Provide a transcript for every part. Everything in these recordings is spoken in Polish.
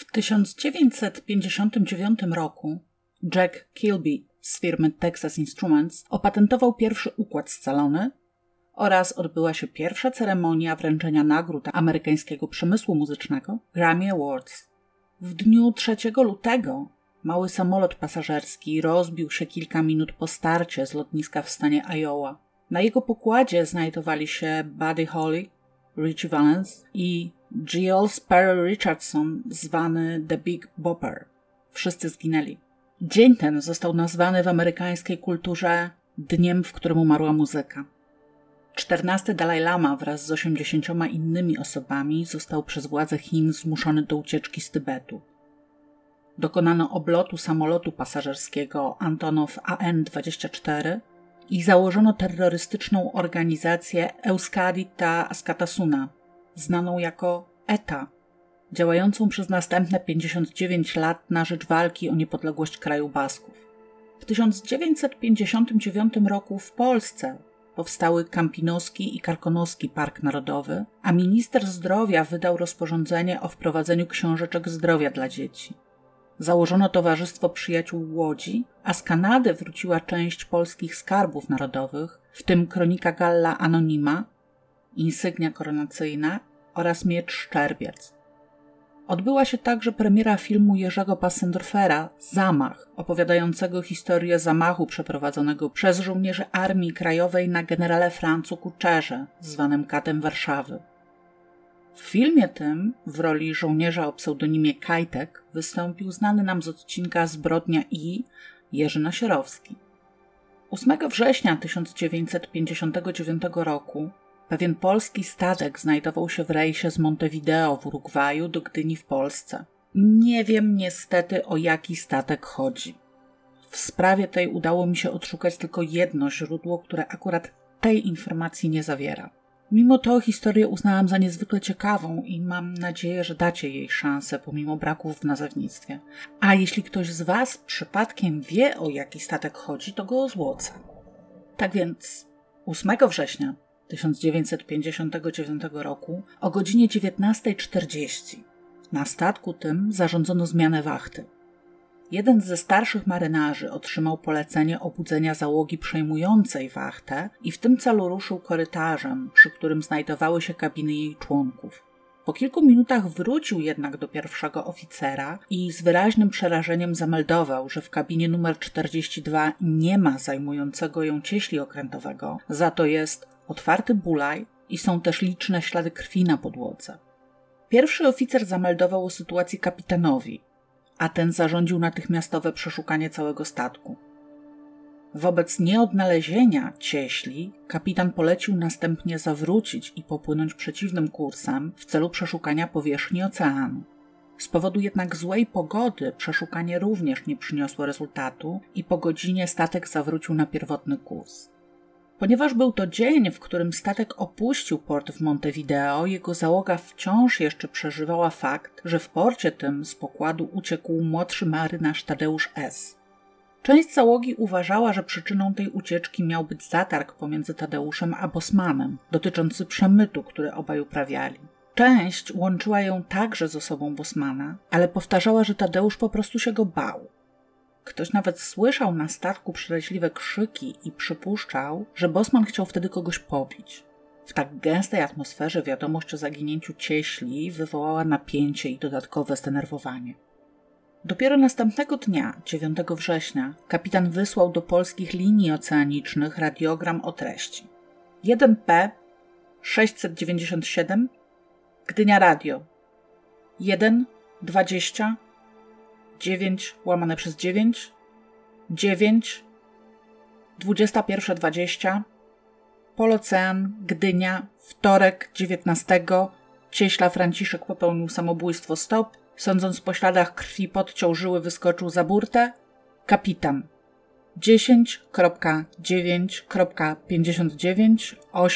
W 1959 roku Jack Kilby z firmy Texas Instruments opatentował pierwszy układ scalony oraz odbyła się pierwsza ceremonia wręczenia nagród amerykańskiego przemysłu muzycznego Grammy Awards. W dniu 3 lutego mały samolot pasażerski rozbił się kilka minut po starcie z lotniska w stanie Iowa. Na jego pokładzie znajdowali się Buddy Holly, Ritchie Valens i Giles Perry Richardson, zwany The Big Bopper. Wszyscy zginęli. Dzień ten został nazwany w amerykańskiej kulturze dniem, w którym umarła muzyka. 14. Dalaj Lama wraz z 80 innymi osobami został przez władze Chin zmuszony do ucieczki z Tybetu. Dokonano oblotu samolotu pasażerskiego Antonov AN-24 i założono terrorystyczną organizację Euskadi-ta Askatasuna, znaną jako ETA, działającą przez następne 59 lat na rzecz walki o niepodległość kraju Basków. W 1959 roku w Polsce powstały Kampinoski i Karkonoski Park Narodowy, a minister zdrowia wydał rozporządzenie o wprowadzeniu książeczek zdrowia dla dzieci. Założono Towarzystwo Przyjaciół Łodzi, a z Kanady wróciła część polskich skarbów narodowych, w tym Kronika Galla Anonima, insygnia koronacyjna oraz miecz Szczerbiec. Odbyła się także premiera filmu Jerzego Passendorfera „Zamach”, opowiadającego historię zamachu przeprowadzonego przez żołnierzy Armii Krajowej na generale Francu Kuczerze, zwanym Katem Warszawy. W filmie tym w roli żołnierza o pseudonimie Kajtek wystąpił znany nam z odcinka Zbrodnia I Jerzy Nasierowski. 8 września 1959 roku pewien polski statek znajdował się w rejsie z Montevideo w Urugwaju do Gdyni w Polsce. Nie wiem niestety, o jaki statek chodzi. W sprawie tej udało mi się odszukać tylko jedno źródło, które akurat tej informacji nie zawiera. Mimo to historię uznałam za niezwykle ciekawą i mam nadzieję, że dacie jej szansę pomimo braków w nazewnictwie. A jeśli ktoś z Was przypadkiem wie, o jaki statek chodzi, to go złocę. Tak więc 8 września 1959 roku o godzinie 19:40 na statku tym zarządzono zmianę wachty. Jeden ze starszych marynarzy otrzymał polecenie obudzenia załogi przejmującej wachtę i w tym celu ruszył korytarzem, przy którym znajdowały się kabiny jej członków. Po kilku minutach wrócił jednak do pierwszego oficera i z wyraźnym przerażeniem zameldował, że w kabinie numer 42 nie ma zajmującego ją cieśli okrętowego, za to jest otwarty bulaj i są też liczne ślady krwi na podłodze. Pierwszy oficer zameldował o sytuacji kapitanowi, a ten zarządził natychmiastowe przeszukanie całego statku. Wobec nieodnalezienia cieśli kapitan polecił następnie zawrócić i popłynąć przeciwnym kursem w celu przeszukania powierzchni oceanu. Z powodu jednak złej pogody przeszukanie również nie przyniosło rezultatu i po godzinie statek zawrócił na pierwotny kurs. Ponieważ był to dzień, w którym statek opuścił port w Montevideo, jego załoga wciąż jeszcze przeżywała fakt, że w porcie tym z pokładu uciekł młodszy marynarz Tadeusz S. Część załogi uważała, że przyczyną tej ucieczki miał być zatarg pomiędzy Tadeuszem a Bosmanem, dotyczący przemytu, który obaj uprawiali. Część łączyła ją także z osobą Bosmana, ale powtarzała, że Tadeusz po prostu się go bał. Ktoś nawet słyszał na statku przeraźliwe krzyki i przypuszczał, że Bosman chciał wtedy kogoś pobić. W tak gęstej atmosferze wiadomość o zaginięciu cieśli wywołała napięcie i dodatkowe zdenerwowanie. Dopiero następnego dnia, 9 września, kapitan wysłał do polskich linii oceanicznych radiogram o treści. 1P 697 Gdynia Radio 1 20 9/9 9 21:20 Polocean, Gdynia, wtorek 19. Cieśla Franciszek popełnił samobójstwo, stop. Sądząc po śladach krwi podciął żyły, wyskoczył za burtę. Kapitan 10.9.59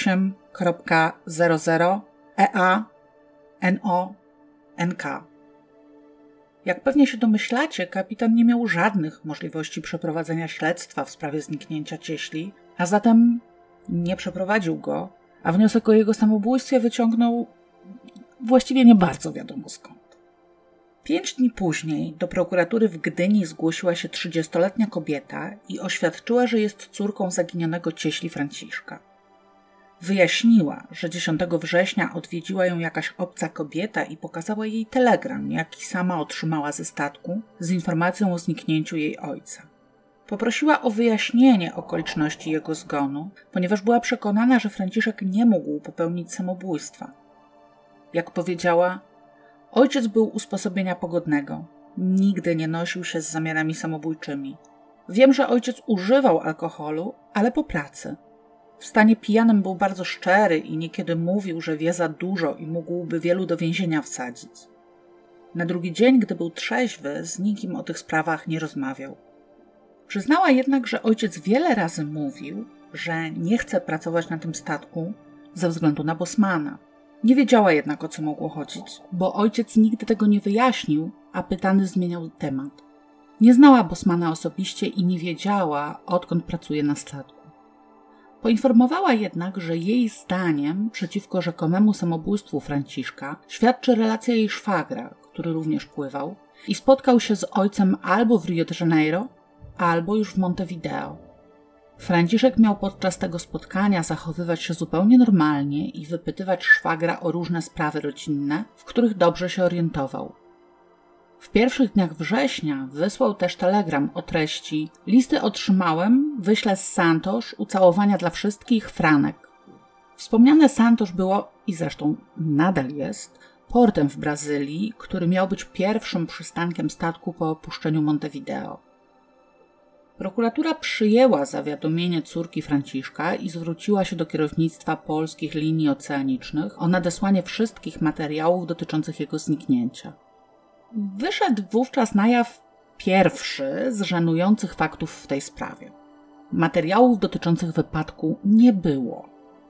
8.00 EA NO NK. Jak pewnie się domyślacie, kapitan nie miał żadnych możliwości przeprowadzenia śledztwa w sprawie zniknięcia cieśli, a zatem nie przeprowadził go, a wniosek o jego samobójstwie wyciągnął właściwie nie bardzo wiadomo skąd. 5 dni później do prokuratury w Gdyni zgłosiła się 30-letnia kobieta i oświadczyła, że jest córką zaginionego cieśli Franciszka. Wyjaśniła, że 10 września odwiedziła ją jakaś obca kobieta i pokazała jej telegram, jaki sama otrzymała ze statku, z informacją o zniknięciu jej ojca. Poprosiła o wyjaśnienie okoliczności jego zgonu, ponieważ była przekonana, że Franciszek nie mógł popełnić samobójstwa. Jak powiedziała, ojciec był usposobienia pogodnego. Nigdy nie nosił się z zamiarami samobójczymi. Wiem, że ojciec używał alkoholu, ale po pracy. W stanie pijanym był bardzo szczery i niekiedy mówił, że wie za dużo i mógłby wielu do więzienia wsadzić. Na drugi dzień, gdy był trzeźwy, z nikim o tych sprawach nie rozmawiał. Przyznała jednak, że ojciec wiele razy mówił, że nie chce pracować na tym statku ze względu na Bosmana. Nie wiedziała jednak, o co mogło chodzić, bo ojciec nigdy tego nie wyjaśnił, a pytany zmieniał temat. Nie znała Bosmana osobiście i nie wiedziała, odkąd pracuje na statku. Poinformowała jednak, że jej zdaniem przeciwko rzekomemu samobójstwu Franciszka świadczy relacja jej szwagra, który również pływał i spotkał się z ojcem albo w Rio de Janeiro, albo już w Montevideo. Franciszek miał podczas tego spotkania zachowywać się zupełnie normalnie i wypytywać szwagra o różne sprawy rodzinne, w których dobrze się orientował. W pierwszych dniach września wysłał też telegram o treści: listy otrzymałem, wyślę z Santos, ucałowania dla wszystkich, Franek. Wspomniane Santos było, i zresztą nadal jest, portem w Brazylii, który miał być pierwszym przystankiem statku po opuszczeniu Montevideo. Prokuratura przyjęła zawiadomienie córki Franciszka i zwróciła się do kierownictwa polskich linii oceanicznych o nadesłanie wszystkich materiałów dotyczących jego zniknięcia. Wyszedł wówczas na jaw pierwszy z żenujących faktów w tej sprawie. Materiałów dotyczących wypadku nie było.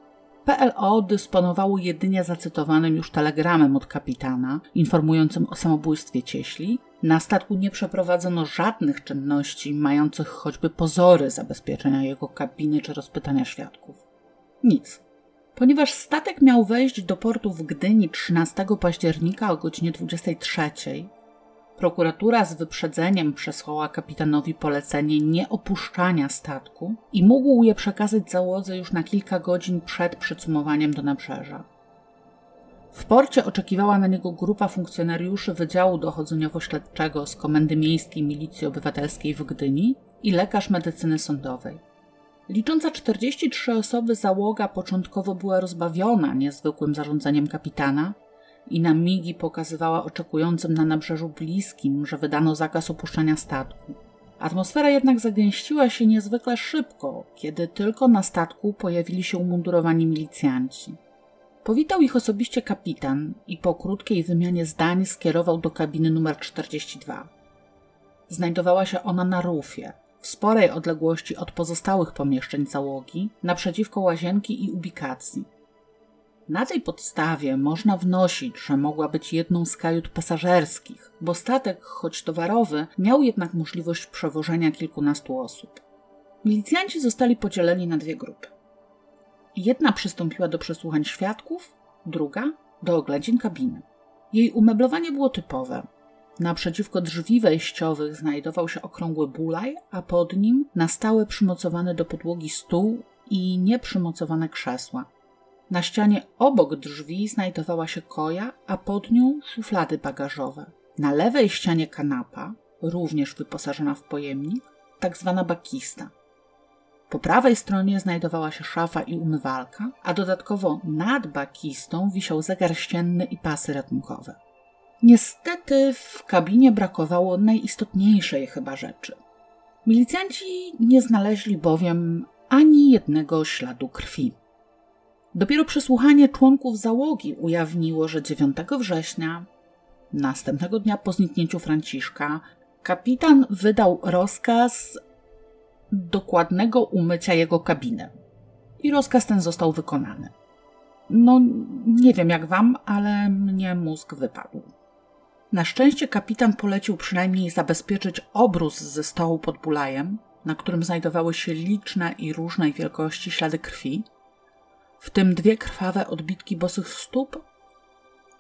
PLO dysponowało jedynie zacytowanym już telegramem od kapitana informującym o samobójstwie cieśli. Na statku nie przeprowadzono żadnych czynności mających choćby pozory zabezpieczenia jego kabiny czy rozpytania świadków. Nic. Ponieważ statek miał wejść do portu w Gdyni 13 października o godzinie 23, prokuratura z wyprzedzeniem przesłała kapitanowi polecenie nieopuszczania statku i mógł je przekazać załodze już na kilka godzin przed przycumowaniem do nabrzeża. W porcie oczekiwała na niego grupa funkcjonariuszy Wydziału Dochodzeniowo-Śledczego z Komendy Miejskiej Milicji Obywatelskiej w Gdyni i lekarz medycyny sądowej. Licząca 43 osoby załoga początkowo była rozbawiona niezwykłym zarządzeniem kapitana i na migi pokazywała oczekującym na nabrzeżu bliskim, że wydano zakaz opuszczania statku. Atmosfera jednak zagęściła się niezwykle szybko, kiedy tylko na statku pojawili się umundurowani milicjanci. Powitał ich osobiście kapitan i po krótkiej wymianie zdań skierował do kabiny numer 42. Znajdowała się ona na rufie, w sporej odległości od pozostałych pomieszczeń załogi, naprzeciwko łazienki i ubikacji. Na tej podstawie można wnosić, że mogła być jedną z kajut pasażerskich, bo statek, choć towarowy, miał jednak możliwość przewożenia kilkunastu osób. Milicjanci zostali podzieleni na dwie grupy. Jedna przystąpiła do przesłuchań świadków, druga do oględzin kabiny. Jej umeblowanie było typowe. Naprzeciwko drzwi wejściowych znajdował się okrągły bulaj, a pod nim na stałe przymocowany do podłogi stół i nieprzymocowane krzesła. Na ścianie obok drzwi znajdowała się koja, a pod nią szuflady bagażowe. Na lewej ścianie kanapa, również wyposażona w pojemnik, tak zwana bakista. Po prawej stronie znajdowała się szafa i umywalka, a dodatkowo nad bakistą wisiał zegar ścienny i pasy ratunkowe. Niestety w kabinie brakowało najistotniejszej chyba rzeczy. Milicjanci nie znaleźli bowiem ani jednego śladu krwi. Dopiero przesłuchanie członków załogi ujawniło, że 9 września, następnego dnia po zniknięciu Franciszka, kapitan wydał rozkaz dokładnego umycia jego kabiny. I rozkaz ten został wykonany. Nie wiem jak wam, ale mnie mózg wypadł. Na szczęście kapitan polecił przynajmniej zabezpieczyć obrus ze stołu pod bulajem, na którym znajdowały się liczne i różnej wielkości ślady krwi, w tym 2 krwawe odbitki bosych stóp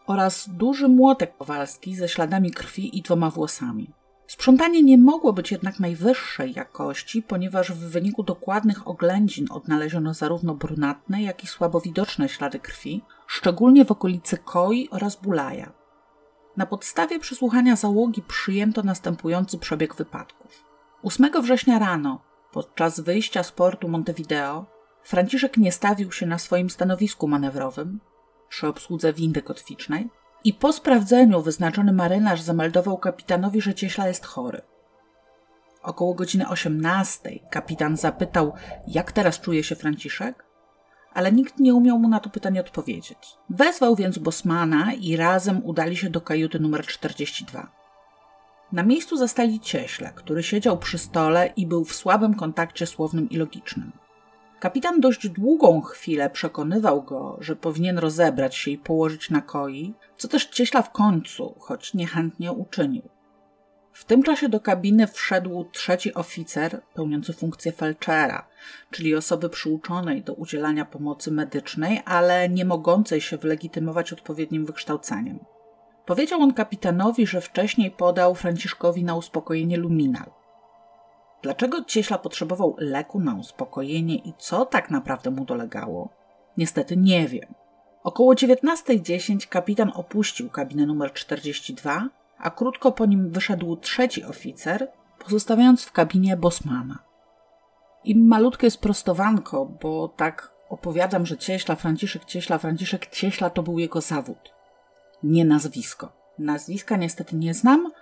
oraz duży młotek kowalski ze śladami krwi i 2 włosami. Sprzątanie nie mogło być jednak najwyższej jakości, ponieważ w wyniku dokładnych oględzin odnaleziono zarówno brunatne, jak i słabo widoczne ślady krwi, szczególnie w okolicy koi oraz bulaja. Na podstawie przesłuchania załogi przyjęto następujący przebieg wypadków. 8 września rano, podczas wyjścia z portu Montevideo, Franciszek nie stawił się na swoim stanowisku manewrowym przy obsłudze windy kotwicznej i po sprawdzeniu wyznaczony marynarz zameldował kapitanowi, że cieśla jest chory. Około godziny 18 kapitan zapytał, jak teraz czuje się Franciszek, ale nikt nie umiał mu na to pytanie odpowiedzieć. Wezwał więc bosmana i razem udali się do kajuty numer 42. Na miejscu zastali cieślę, który siedział przy stole i był w słabym kontakcie słownym i logicznym. Kapitan dość długą chwilę przekonywał go, że powinien rozebrać się i położyć na koi, co też cieśla w końcu, choć niechętnie uczynił. W tym czasie do kabiny wszedł 3. oficer pełniący funkcję felczera, czyli osoby przyuczonej do udzielania pomocy medycznej, ale nie mogącej się wylegitymować odpowiednim wykształceniem. Powiedział on kapitanowi, że wcześniej podał Franciszkowi na uspokojenie luminal. Dlaczego cieśla potrzebował leku na uspokojenie i co tak naprawdę mu dolegało? Niestety nie wiem. Około 19:10 kapitan opuścił kabinę numer 42, a krótko po nim wyszedł 3. oficer, pozostawiając w kabinie bosmana. I malutkie sprostowanko, bo tak opowiadam, że Franciszek to był jego zawód, nie nazwisko. Nazwiska niestety nie znam.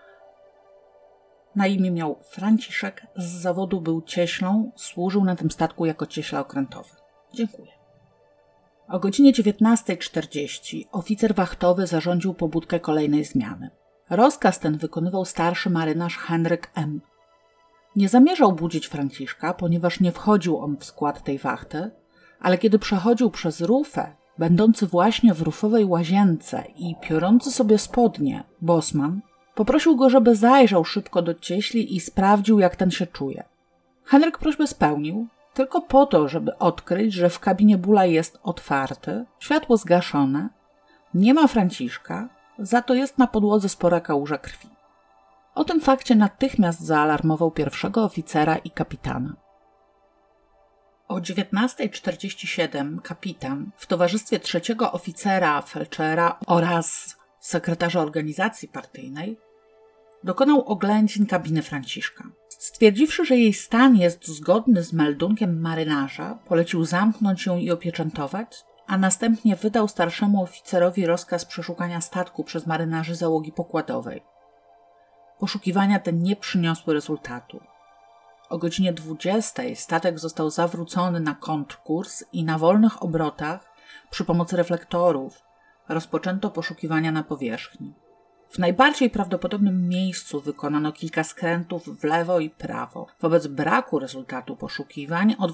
Na imię miał Franciszek, z zawodu był cieślą, służył na tym statku jako cieśla okrętowy. Dziękuję. O godzinie 19:40 oficer wachtowy zarządził pobudkę kolejnej zmiany. Rozkaz ten wykonywał starszy marynarz Henryk M. Nie zamierzał budzić Franciszka, ponieważ nie wchodził on w skład tej wachty, ale kiedy przechodził przez rufę, będący właśnie w rufowej łazience i piorący sobie spodnie, bosman poprosił go, żeby zajrzał szybko do cieśli i sprawdził, jak ten się czuje. Henryk prośbę spełnił, tylko po to, żeby odkryć, że w kabinie bulaj jest otwarty, światło zgaszone, nie ma Franciszka, za to jest na podłodze spora kałuża krwi. O tym fakcie natychmiast zaalarmował 1. oficera i kapitana. O 19:47 kapitan w towarzystwie 3. oficera, felczera oraz sekretarza organizacji partyjnej dokonał oględzin kabiny Franciszka. Stwierdziwszy, że jej stan jest zgodny z meldunkiem marynarza, polecił zamknąć ją i opieczętować, a następnie wydał starszemu oficerowi rozkaz przeszukania statku przez marynarzy załogi pokładowej. Poszukiwania te nie przyniosły rezultatu. O godzinie 20 statek został zawrócony na kontrkurs i na wolnych obrotach przy pomocy reflektorów rozpoczęto poszukiwania na powierzchni. W najbardziej prawdopodobnym miejscu wykonano kilka skrętów w lewo i prawo. Wobec braku rezultatu poszukiwań o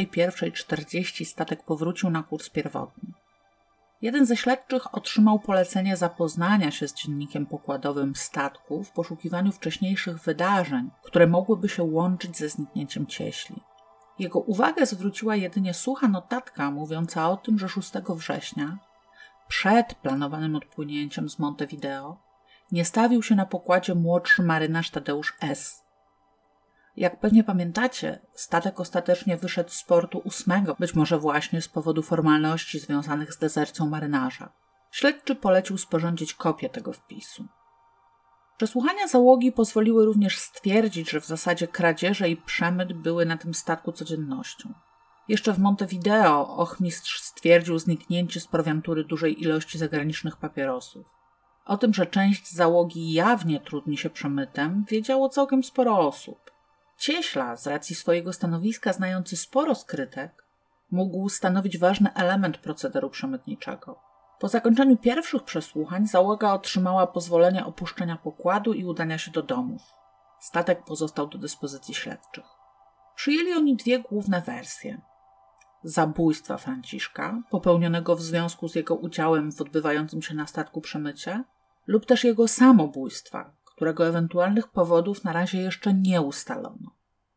21:40 statek powrócił na kurs pierwotny. Jeden ze śledczych otrzymał polecenie zapoznania się z dziennikiem pokładowym statku w poszukiwaniu wcześniejszych wydarzeń, które mogłyby się łączyć ze zniknięciem cieśli. Jego uwagę zwróciła jedynie sucha notatka mówiąca o tym, że 6 września, przed planowanym odpłynięciem z Montevideo, nie stawił się na pokładzie młodszy marynarz Tadeusz S. Jak pewnie pamiętacie, statek ostatecznie wyszedł z portu 8, być może właśnie z powodu formalności związanych z dezercją marynarza. Śledczy polecił sporządzić kopię tego wpisu. Przesłuchania załogi pozwoliły również stwierdzić, że w zasadzie kradzieże i przemyt były na tym statku codziennością. Jeszcze w Montevideo ochmistrz stwierdził zniknięcie z prowiantury dużej ilości zagranicznych papierosów. O tym, że część załogi jawnie trudni się przemytem, wiedziało całkiem sporo osób. Cieśla, z racji swojego stanowiska znający sporo skrytek, mógł stanowić ważny element procederu przemytniczego. Po zakończeniu pierwszych przesłuchań załoga otrzymała pozwolenie opuszczenia pokładu i udania się do domów. Statek pozostał do dyspozycji śledczych. Przyjęli oni 2 główne wersje. Zabójstwa Franciszka, popełnionego w związku z jego udziałem w odbywającym się na statku przemycie, lub też jego samobójstwa, którego ewentualnych powodów na razie jeszcze nie ustalono.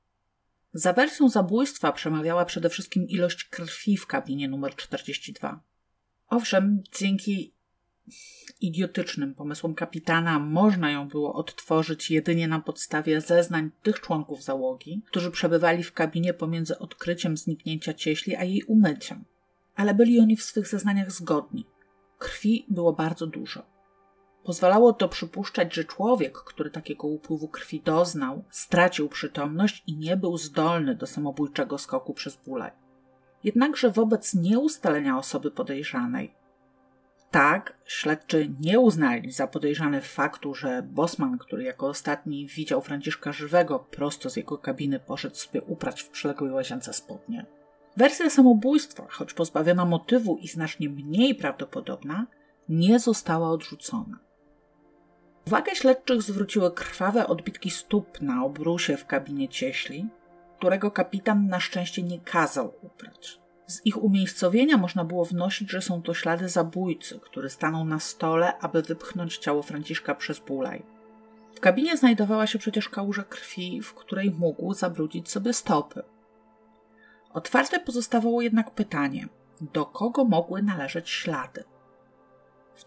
Za wersją zabójstwa przemawiała przede wszystkim ilość krwi w kabinie numer 42. Owszem, dzięki idiotycznym pomysłem kapitana można ją było odtworzyć jedynie na podstawie zeznań tych członków załogi, którzy przebywali w kabinie pomiędzy odkryciem zniknięcia cieśli a jej umyciem. Ale byli oni w swych zeznaniach zgodni. Krwi było bardzo dużo. Pozwalało to przypuszczać, że człowiek, który takiego upływu krwi doznał, stracił przytomność i nie był zdolny do samobójczego skoku przez Bulaj. Jednakże wobec nieustalenia osoby podejrzanej, tak, śledczy nie uznali za podejrzany faktu, że Bosman, który jako ostatni widział Franciszka żywego, prosto z jego kabiny poszedł sobie uprać w przyległej łazience spodnie. Wersja samobójstwa, choć pozbawiona motywu i znacznie mniej prawdopodobna, nie została odrzucona. Uwagę śledczych zwróciły krwawe odbitki stóp na obrusie w kabinie cieśli, którego kapitan na szczęście nie kazał uprać. Z ich umiejscowienia można było wnosić, że są to ślady zabójcy, który stanął na stole, aby wypchnąć ciało Franciszka przez Bulaj. W kabinie znajdowała się przecież kałuża krwi, w której mógł zabrudzić sobie stopy. Otwarte pozostawało jednak pytanie, do kogo mogły należeć ślady. W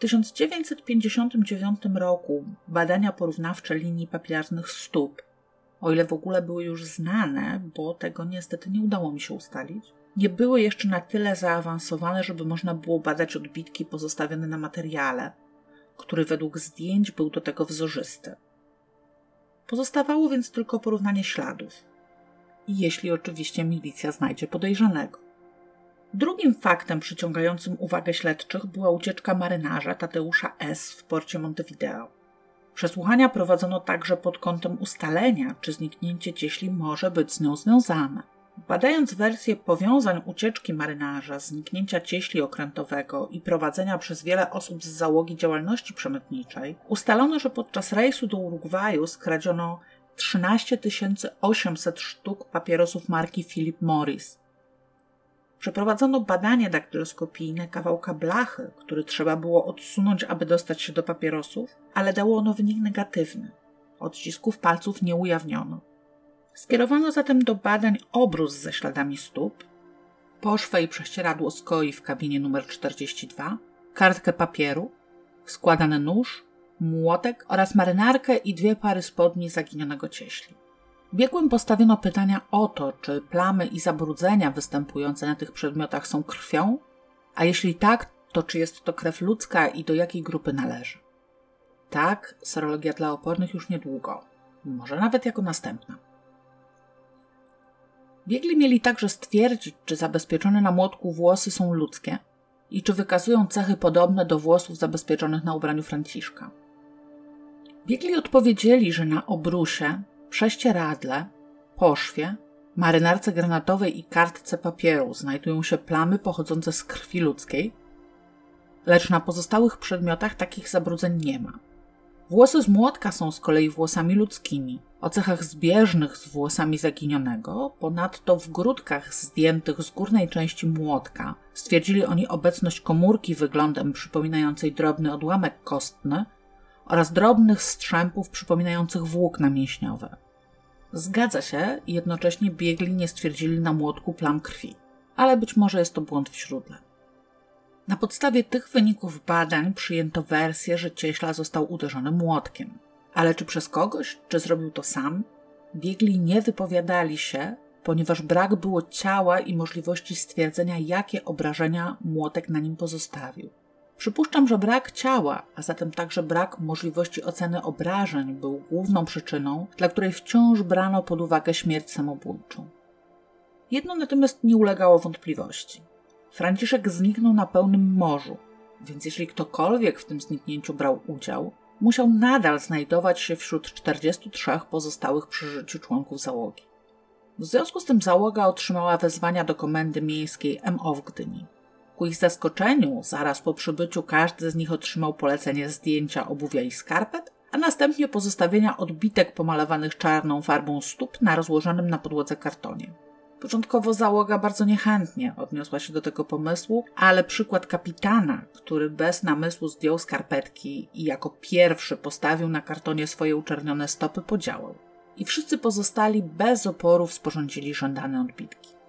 1959 roku badania porównawcze linii papilarnych stóp, o ile w ogóle były już znane, bo tego niestety nie udało mi się ustalić, nie były jeszcze na tyle zaawansowane, żeby można było badać odbitki pozostawione na materiale, który według zdjęć był do tego wzorzysty. Pozostawało więc tylko porównanie śladów. I jeśli oczywiście milicja znajdzie podejrzanego. Drugim faktem przyciągającym uwagę śledczych była ucieczka marynarza Tadeusza S. w porcie Montevideo. Przesłuchania prowadzono także pod kątem ustalenia, czy zniknięcie cieśli może być z nią związane. Badając wersję powiązań ucieczki marynarza, zniknięcia cieśli okrętowego i prowadzenia przez wiele osób z załogi działalności przemytniczej, ustalono, że podczas rejsu do Urugwaju skradziono 13 800 sztuk papierosów marki Philip Morris. Przeprowadzono badanie daktyloskopijne kawałka blachy, który trzeba było odsunąć, aby dostać się do papierosów, ale dało ono wynik negatywny. Odcisków palców nie ujawniono. Skierowano zatem do badań obrus ze śladami stóp, poszwę i prześcieradło z koi w kabinie numer 42, kartkę papieru, składany nóż, młotek oraz marynarkę i 2 pary spodni zaginionego cieśli. Biegłym postawiono pytania o to, czy plamy i zabrudzenia występujące na tych przedmiotach są krwią, a jeśli tak, to czy jest to krew ludzka i do jakiej grupy należy. Tak, serologia dla opornych już niedługo, może nawet jako następna. Biegli mieli także stwierdzić, czy zabezpieczone na młotku włosy są ludzkie i czy wykazują cechy podobne do włosów zabezpieczonych na ubraniu Franciszka. Biegli odpowiedzieli, że na obrusie, prześcieradle, poszwie, marynarce granatowej i kartce papieru znajdują się plamy pochodzące z krwi ludzkiej, lecz na pozostałych przedmiotach takich zabrudzeń nie ma. Włosy z młotka są z kolei włosami ludzkimi, o cechach zbieżnych z włosami zaginionego, ponadto w grudkach zdjętych z górnej części młotka stwierdzili oni obecność komórki wyglądem przypominającej drobny odłamek kostny oraz drobnych strzępów przypominających włókna mięśniowe. Zgadza się, jednocześnie biegli nie stwierdzili na młotku plam krwi, ale być może jest to błąd w źródle. Na podstawie tych wyników badań przyjęto wersję, że cieśla został uderzony młotkiem. Ale czy przez kogoś, czy zrobił to sam? Biegli nie wypowiadali się, ponieważ brak było ciała i możliwości stwierdzenia, jakie obrażenia młotek na nim pozostawił. Przypuszczam, że brak ciała, a zatem także brak możliwości oceny obrażeń był główną przyczyną, dla której wciąż brano pod uwagę śmierć samobójczą. Jedno natomiast nie ulegało wątpliwości. Franciszek zniknął na pełnym morzu, więc jeśli ktokolwiek w tym zniknięciu brał udział, musiał nadal znajdować się wśród 43 pozostałych przy życiu członków załogi. W związku z tym załoga otrzymała wezwania do komendy miejskiej MO w Gdyni. Ku ich zaskoczeniu, zaraz po przybyciu każdy z nich otrzymał polecenie zdjęcia obuwia i skarpet, a następnie pozostawienia odbitek pomalowanych czarną farbą stóp na rozłożonym na podłodze kartonie. Początkowo załoga bardzo niechętnie odniosła się do tego pomysłu, ale przykład kapitana, który bez namysłu zdjął skarpetki i jako pierwszy postawił na kartonie swoje uczernione stopy, podziałał. I wszyscy pozostali bez oporów sporządzili żądane odbitki.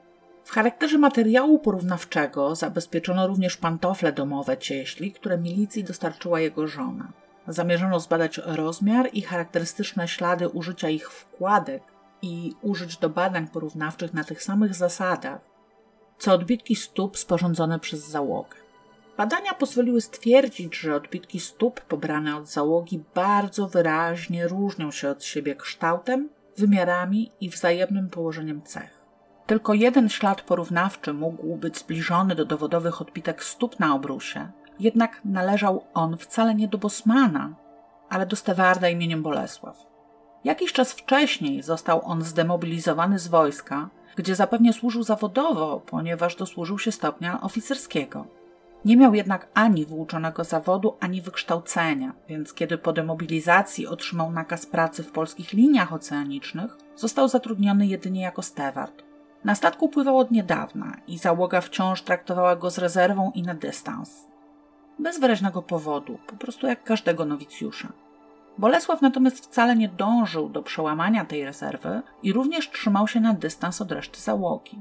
W charakterze materiału porównawczego zabezpieczono również pantofle domowe cieśli, które milicji dostarczyła jego żona. Zamierzono zbadać rozmiar i charakterystyczne ślady użycia ich wkładek i użyć do badań porównawczych na tych samych zasadach, co odbitki stóp sporządzone przez załogę. Badania pozwoliły stwierdzić, że odbitki stóp pobrane od załogi bardzo wyraźnie różnią się od siebie kształtem, wymiarami i wzajemnym położeniem cech. Tylko jeden ślad porównawczy mógł być zbliżony do dowodowych odbitek stóp na obrusie, jednak należał on wcale nie do Bosmana, ale do stewarda imieniem Bolesław. Jakiś czas wcześniej został on zdemobilizowany z wojska, gdzie zapewne służył zawodowo, ponieważ dosłużył się stopnia oficerskiego. Nie miał jednak ani wyuczonego zawodu, ani wykształcenia, więc kiedy po demobilizacji otrzymał nakaz pracy w polskich liniach oceanicznych, został zatrudniony jedynie jako steward. Na statku pływał od niedawna i załoga wciąż traktowała go z rezerwą i na dystans. Bez wyraźnego powodu, po prostu jak każdego nowicjusza. Bolesław natomiast wcale nie dążył do przełamania tej rezerwy i również trzymał się na dystans od reszty załogi.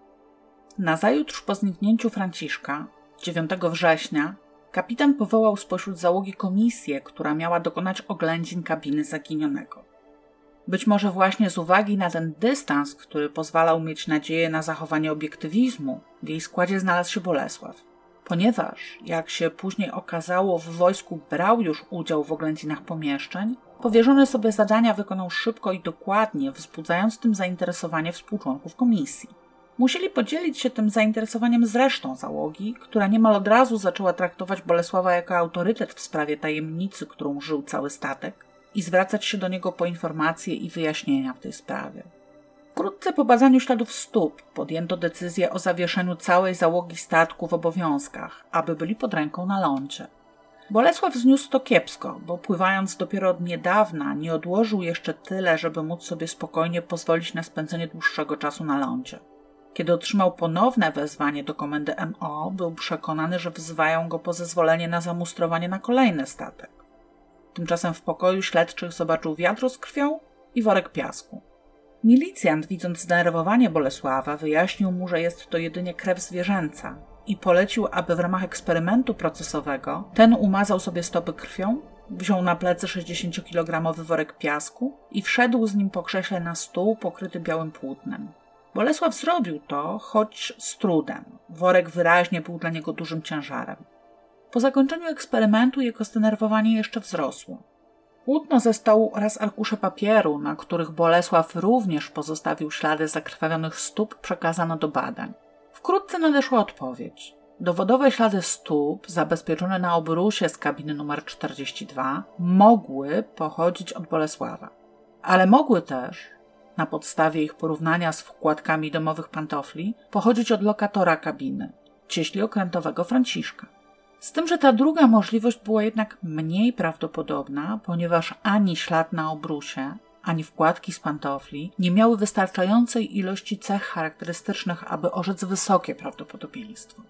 Nazajutrz po zniknięciu Franciszka, 9 września, kapitan powołał spośród załogi komisję, która miała dokonać oględzin kabiny zaginionego. Być może właśnie z uwagi na ten dystans, który pozwalał mieć nadzieję na zachowanie obiektywizmu, w jej składzie znalazł się Bolesław. Ponieważ, jak się później okazało, w wojsku brał już udział w oględzinach pomieszczeń, powierzone sobie zadania wykonał szybko i dokładnie, wzbudzając tym zainteresowanie współczłonków komisji. Musieli podzielić się tym zainteresowaniem z resztą załogi, która niemal od razu zaczęła traktować Bolesława jako autorytet w sprawie tajemnicy, którą żył cały statek, i zwracać się do niego po informacje i wyjaśnienia w tej sprawie. Wkrótce po badaniu śladów stóp podjęto decyzję o zawieszeniu całej załogi statku w obowiązkach, aby byli pod ręką na lądzie. Bolesław zniósł to kiepsko, bo pływając dopiero od niedawna nie odłożył jeszcze tyle, żeby móc sobie spokojnie pozwolić na spędzenie dłuższego czasu na lądzie. Kiedy otrzymał ponowne wezwanie do komendy MO, był przekonany, że wzywają go po zezwolenie na zamustrowanie na kolejny statek. Tymczasem w pokoju śledczych zobaczył wiadro z krwią i worek piasku. Milicjant, widząc zdenerwowanie Bolesława, wyjaśnił mu, że jest to jedynie krew zwierzęca i polecił, aby w ramach eksperymentu procesowego ten umazał sobie stopy krwią, wziął na plecy 60-kilogramowy worek piasku i wszedł z nim po krześle na stół pokryty białym płótnem. Bolesław zrobił to, choć z trudem. Worek wyraźnie był dla niego dużym ciężarem. Po zakończeniu eksperymentu jego zdenerwowanie jeszcze wzrosło. Płótno ze stołu oraz arkusze papieru, na których Bolesław również pozostawił ślady zakrwawionych stóp, przekazano do badań. Wkrótce nadeszła odpowiedź. Dowodowe ślady stóp, zabezpieczone na obrusie z kabiny numer 42, mogły pochodzić od Bolesława. Ale mogły też, na podstawie ich porównania z wkładkami domowych pantofli, pochodzić od lokatora kabiny, cieśli okrętowego Franciszka. Z tym, że ta druga możliwość była jednak mniej prawdopodobna, ponieważ ani ślad na obrusie, ani wkładki z pantofli nie miały wystarczającej ilości cech charakterystycznych, aby orzec wysokie prawdopodobieństwo.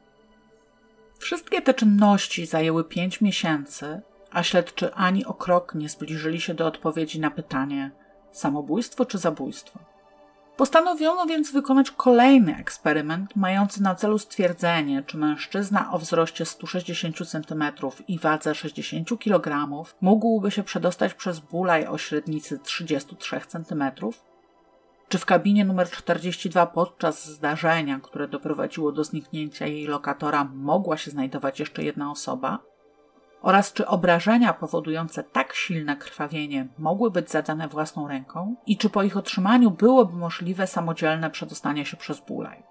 Wszystkie te czynności zajęły 5 miesięcy, a śledczy ani o krok nie zbliżyli się do odpowiedzi na pytanie: samobójstwo czy zabójstwo? Postanowiono więc wykonać kolejny eksperyment mający na celu stwierdzenie, czy mężczyzna o wzroście 160 cm i wadze 60 kg mógłby się przedostać przez bulaj o średnicy 33 cm, czy w kabinie numer 42 podczas zdarzenia, które doprowadziło do zniknięcia jej lokatora, mogła się znajdować jeszcze jedna osoba, oraz czy obrażenia powodujące tak silne krwawienie mogły być zadane własną ręką i czy po ich otrzymaniu byłoby możliwe samodzielne przedostanie się przez bulaj.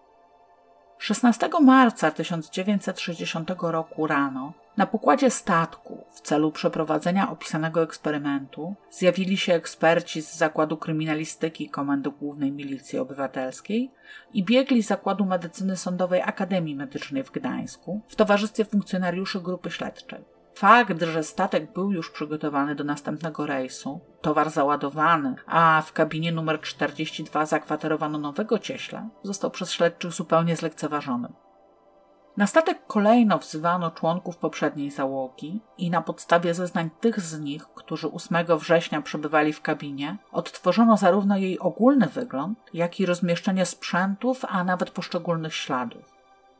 16 marca 1960 roku rano na pokładzie statku w celu przeprowadzenia opisanego eksperymentu zjawili się eksperci z Zakładu Kryminalistyki Komendy Głównej Milicji Obywatelskiej i biegli z Zakładu Medycyny Sądowej Akademii Medycznej w Gdańsku w towarzystwie funkcjonariuszy grupy śledczej. Fakt, że statek był już przygotowany do następnego rejsu, towar załadowany, a w kabinie numer 42 zakwaterowano nowego cieśla, został przez śledczych zupełnie zlekceważony. Na statek kolejno wzywano członków poprzedniej załogi i na podstawie zeznań tych z nich, którzy 8 września przebywali w kabinie, odtworzono zarówno jej ogólny wygląd, jak i rozmieszczenie sprzętów, a nawet poszczególnych śladów.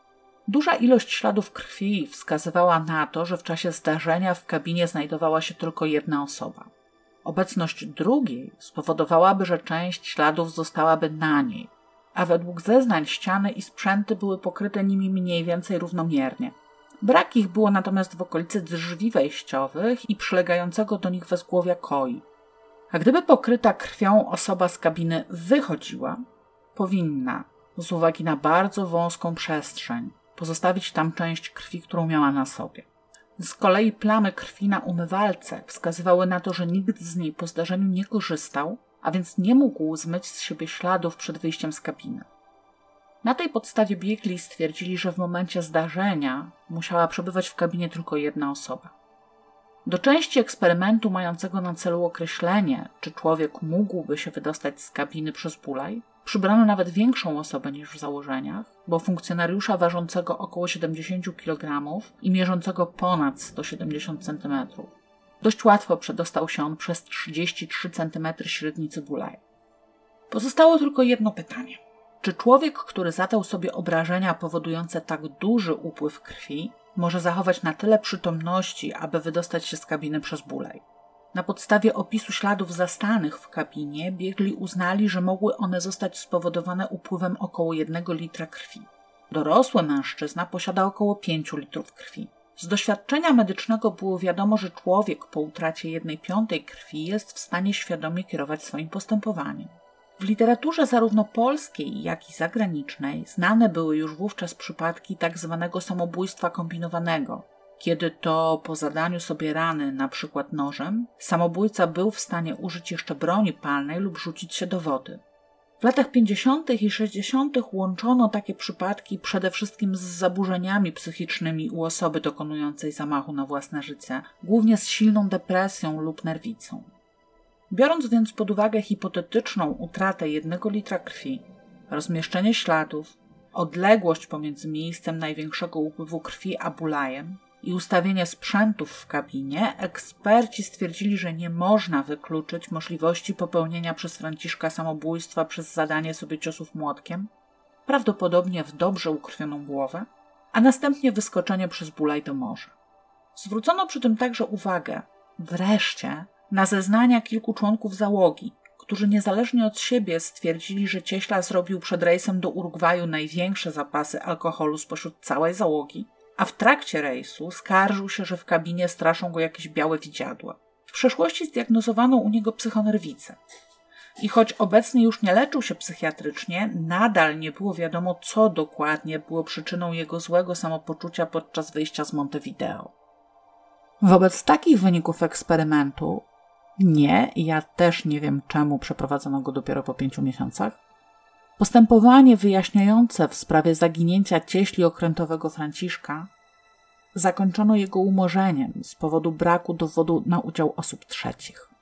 Duża ilość śladów krwi wskazywała na to, że w czasie zdarzenia w kabinie znajdowała się tylko jedna osoba. Obecność drugiej spowodowałaby, że część śladów zostałaby na niej, a według zeznań ściany i sprzęty były pokryte nimi mniej więcej równomiernie. Brak ich było natomiast w okolicy drzwi wejściowych i przylegającego do nich wezgłowia koi. A gdyby pokryta krwią osoba z kabiny wychodziła, powinna, z uwagi na bardzo wąską przestrzeń, pozostawić tam część krwi, którą miała na sobie. Z kolei plamy krwi na umywalce wskazywały na to, że nikt z niej po zdarzeniu nie korzystał, a więc nie mógł zmyć z siebie śladów przed wyjściem z kabiny. Na tej podstawie biegli stwierdzili, że w momencie zdarzenia musiała przebywać w kabinie tylko jedna osoba. Do części eksperymentu mającego na celu określenie, czy człowiek mógłby się wydostać z kabiny przez bulaj, przybrano nawet większą osobę niż w założeniach, bo funkcjonariusza ważącego około 70 kg i mierzącego ponad 170 cm. Dość łatwo przedostał się on przez 33 cm średnicy bulaj. Pozostało tylko jedno pytanie. Czy człowiek, który zadał sobie obrażenia powodujące tak duży upływ krwi, może zachować na tyle przytomności, aby wydostać się z kabiny przez bulaj? Na podstawie opisu śladów zastanych w kabinie biegli uznali, że mogły one zostać spowodowane upływem około 1 litra krwi. Dorosły mężczyzna posiada około 5 litrów krwi. Z doświadczenia medycznego było wiadomo, że człowiek po utracie 1/5 krwi jest w stanie świadomie kierować swoim postępowaniem. W literaturze zarówno polskiej, jak i zagranicznej znane były już wówczas przypadki tak zwanego samobójstwa kombinowanego, kiedy to po zadaniu sobie rany, np. nożem, samobójca był w stanie użyć jeszcze broni palnej lub rzucić się do wody. W latach 50. i 60. łączono takie przypadki przede wszystkim z zaburzeniami psychicznymi u osoby dokonującej zamachu na własne życie, głównie z silną depresją lub nerwicą. Biorąc więc pod uwagę hipotetyczną utratę 1 litra krwi, rozmieszczenie śladów, odległość pomiędzy miejscem największego upływu krwi a bulajem i ustawienie sprzętów w kabinie, eksperci stwierdzili, że nie można wykluczyć możliwości popełnienia przez Franciszka samobójstwa przez zadanie sobie ciosów młotkiem, prawdopodobnie w dobrze ukrwioną głowę, a następnie wyskoczenie przez bulaj do morza. Zwrócono przy tym także uwagę, wreszcie, na zeznania kilku członków załogi, którzy niezależnie od siebie stwierdzili, że cieśla zrobił przed rejsem do Urugwaju największe zapasy alkoholu spośród całej załogi, a w trakcie rejsu skarżył się, że w kabinie straszą go jakieś białe widziadła. W przeszłości zdiagnozowano u niego psychonerwicę. I choć obecnie już nie leczył się psychiatrycznie, nadal nie było wiadomo, co dokładnie było przyczyną jego złego samopoczucia podczas wyjścia z Montevideo. Wobec takich wyników eksperymentu, ja też nie wiem, czemu przeprowadzono go dopiero po 5 miesiącach, postępowanie wyjaśniające w sprawie zaginięcia cieśli okrętowego Franciszka zakończono jego umorzeniem z powodu braku dowodu na udział osób trzecich.